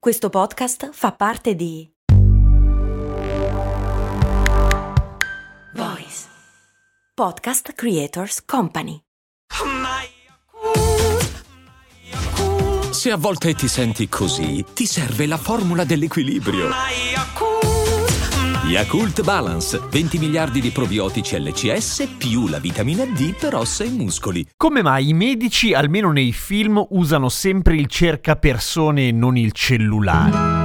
Questo podcast fa parte di Voice Podcast Creators Company. Se a volte ti senti così, ti serve la formula dell'equilibrio. Yakult Balance, 20 miliardi di probiotici LCS più la vitamina D per ossa e muscoli. Come mai i medici, almeno nei film, usano sempre il cercapersone e non il cellulare?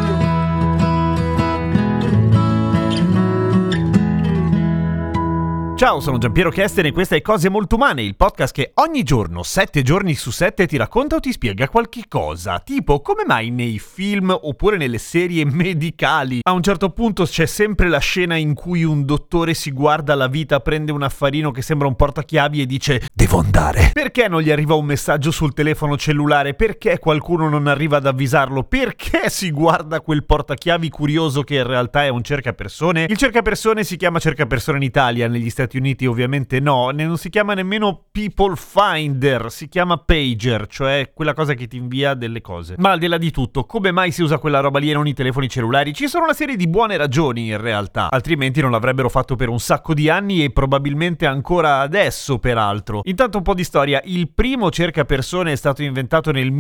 Ciao, sono Giampiero Kesten e questa è Cose Molto Umane, il podcast che ogni giorno, 7 giorni su 7, ti racconta o ti spiega qualche cosa. Tipo, come mai nei film oppure nelle serie medicali a un certo punto c'è sempre la scena in cui un dottore si guarda la vita, prende un affarino che sembra un portachiavi e dice "devo andare". Perché non gli arriva un messaggio sul telefono cellulare? Perché qualcuno non arriva ad avvisarlo? Perché si guarda quel portachiavi curioso che in realtà è un cercapersone? Il cercapersone si chiama cercapersone in Italia, negli Stati Uniti ovviamente no, non si chiama nemmeno People Finder, si chiama Pager, cioè quella cosa che ti invia delle cose. Ma al di là di tutto, come mai si usa quella roba lì e non i telefoni cellulari? Ci sono una serie di buone ragioni in realtà, altrimenti non l'avrebbero fatto per un sacco di anni e probabilmente ancora adesso peraltro. Intanto un po' di storia: il primo cercapersone è stato inventato nel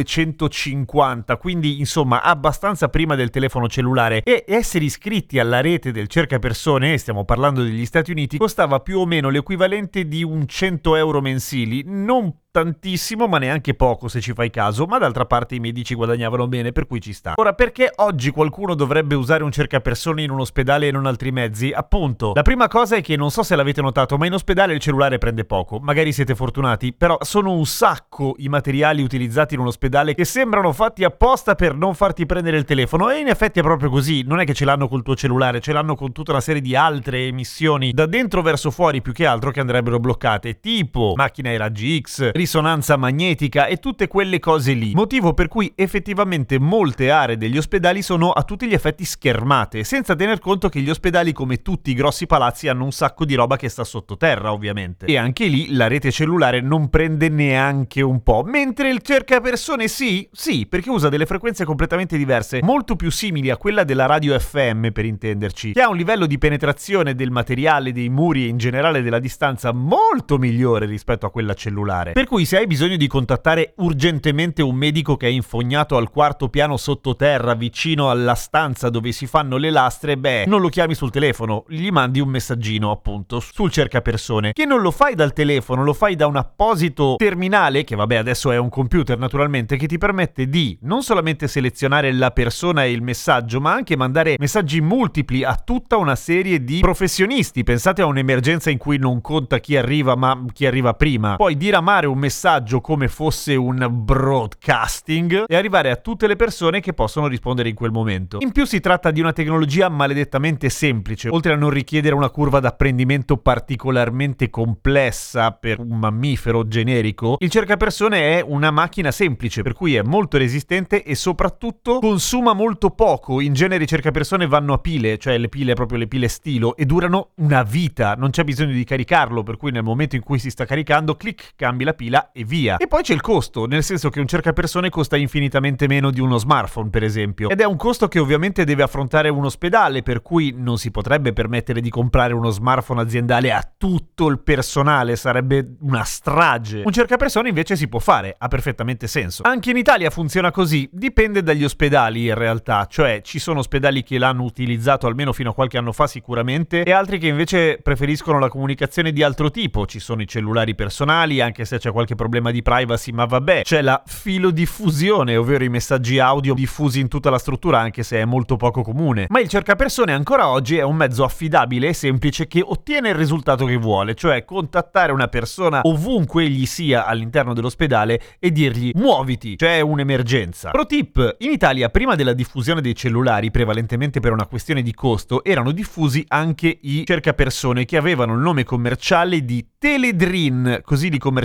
1950, quindi insomma abbastanza prima del telefono cellulare, e essere iscritti alla rete del cercapersone, stiamo parlando degli Stati Uniti, costava più o meno l'equivalente di un 100 euro mensili, non tantissimo ma neanche poco se ci fai caso, ma d'altra parte i medici guadagnavano bene, per cui ci sta. Ora, perché oggi qualcuno dovrebbe usare un cercapersone in un ospedale e non altri mezzi? Appunto, la prima cosa è che non so se l'avete notato, ma in ospedale il cellulare prende poco, magari siete fortunati, però sono un sacco i materiali utilizzati in un ospedale che sembrano fatti apposta per non farti prendere il telefono, e in effetti è proprio così. Non è che ce l'hanno col tuo cellulare, ce l'hanno con tutta una serie di altre emissioni da dentro verso fuori più che altro che andrebbero bloccate, tipo macchina ai raggi X, risonanza magnetica e tutte quelle cose lì. Motivo per cui effettivamente molte aree degli ospedali sono a tutti gli effetti schermate, senza tener conto che gli ospedali, come tutti i grossi palazzi, hanno un sacco di roba che sta sottoterra ovviamente, e anche lì la rete cellulare non prende neanche un po', mentre il cercapersone sì, perché usa delle frequenze completamente diverse, molto più simili a quella della radio FM, per intenderci, che ha un livello di penetrazione del materiale, dei muri e in generale della distanza molto migliore rispetto a quella cellulare. Per cui se hai bisogno di contattare urgentemente un medico che è infognato al quarto piano sottoterra vicino alla stanza dove si fanno le lastre, non lo chiami sul telefono, gli mandi un messaggino appunto sul cercapersone, che non lo fai dal telefono, lo fai da un apposito terminale che adesso è un computer naturalmente, che ti permette di non solamente selezionare la persona e il messaggio, ma anche mandare messaggi multipli a tutta una serie di professionisti. Pensate a un'emergenza in cui non conta chi arriva ma chi arriva prima, poi diramare un messaggio come fosse un broadcasting e arrivare a tutte le persone che possono rispondere in quel momento. In più si tratta di una tecnologia maledettamente semplice, oltre a non richiedere una curva d'apprendimento particolarmente complessa per un mammifero generico. Il cercapersone è una macchina semplice, per cui è molto resistente e soprattutto consuma molto poco. In genere i cercapersone vanno a pile, cioè le pile, proprio le pile stilo, e durano una vita, non c'è bisogno di caricarlo, per cui nel momento in cui si sta caricando, clic, cambi la pila e via. E poi c'è il costo, nel senso che un cercapersone costa infinitamente meno di uno smartphone, per esempio, ed è un costo che ovviamente deve affrontare un ospedale, per cui non si potrebbe permettere di comprare uno smartphone aziendale a tutto il personale, sarebbe una strage. Un cercapersone invece si può fare, ha perfettamente senso. Anche in Italia funziona così, dipende dagli ospedali in realtà, cioè ci sono ospedali che l'hanno utilizzato almeno fino a qualche anno fa sicuramente, e altri che invece preferiscono la comunicazione di altro tipo. Ci sono i cellulari personali, anche se c'è qualche problema di privacy, ma vabbè, c'è la filodiffusione, ovvero i messaggi audio diffusi in tutta la struttura, anche se è molto poco comune. Ma il cercapersone ancora oggi è un mezzo affidabile e semplice che ottiene il risultato che vuole, cioè contattare una persona ovunque egli sia all'interno dell'ospedale e dirgli muoviti, c'è un'emergenza. Pro tip: in Italia prima della diffusione dei cellulari, prevalentemente per una questione di costo, erano diffusi anche i cercapersone che avevano il nome commerciale di Teledrin, così li commerciava la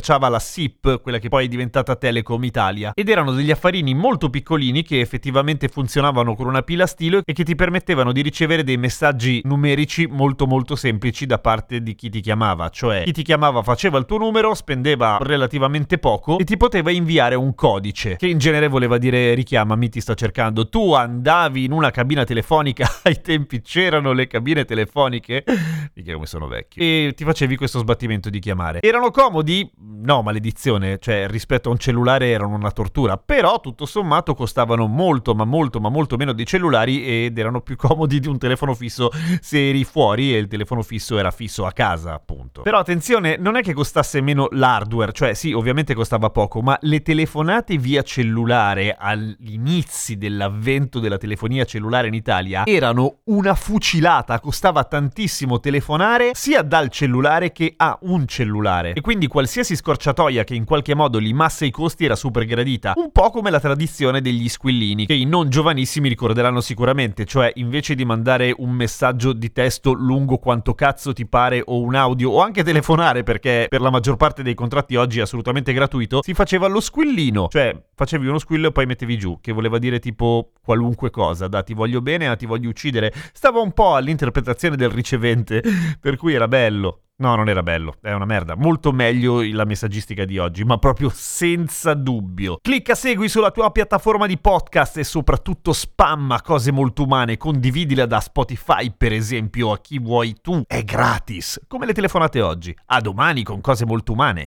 SIP, quella che poi è diventata Telecom Italia, ed erano degli affarini molto piccolini che effettivamente funzionavano con una pila stilo e che ti permettevano di ricevere dei messaggi numerici molto molto semplici da parte di chi ti chiamava, cioè chi ti chiamava faceva il tuo numero, spendeva relativamente poco e ti poteva inviare un codice che in genere voleva dire richiamami, ti sto cercando. Tu andavi in una cabina telefonica, ai tempi c'erano le cabine telefoniche, mica come sono vecchio, e ti facevi questo sbattimento di chiamare. Erano comodi? No, maledizione, cioè rispetto a un cellulare erano una tortura, però tutto sommato costavano molto meno dei cellulari ed erano più comodi di un telefono fisso se eri fuori e il telefono fisso era fisso a casa, appunto. Però attenzione, non è che costasse meno l'hardware, cioè sì, ovviamente costava poco, ma le telefonate via cellulare agli inizi dell'avvento della telefonia cellulare in Italia erano una fucilata, costava tantissimo telefonare sia dal cellulare che a un cellulare, e quindi qualsiasi scorciatoia che in qualche modo limasse i costi era super gradita, un po' come la tradizione degli squillini, che i non giovanissimi ricorderanno sicuramente, cioè invece di mandare un messaggio di testo lungo quanto cazzo ti pare o un audio o anche telefonare, perché per la maggior parte dei contratti oggi è assolutamente gratuito, si faceva lo squillino, cioè facevi uno squillo e poi mettevi giù, che voleva dire tipo qualunque cosa, da ti voglio bene a ti voglio uccidere, stava un po' all'interpretazione del ricevente, per cui era bello. No, non era bello, è una merda, molto meglio la messaggistica di oggi, ma proprio senza dubbio. Clicca segui sulla tua piattaforma di podcast e soprattutto spamma Cose Molto Umane, condividila da Spotify per esempio a chi vuoi tu, è gratis, come le telefonate oggi. A domani con Cose Molto Umane.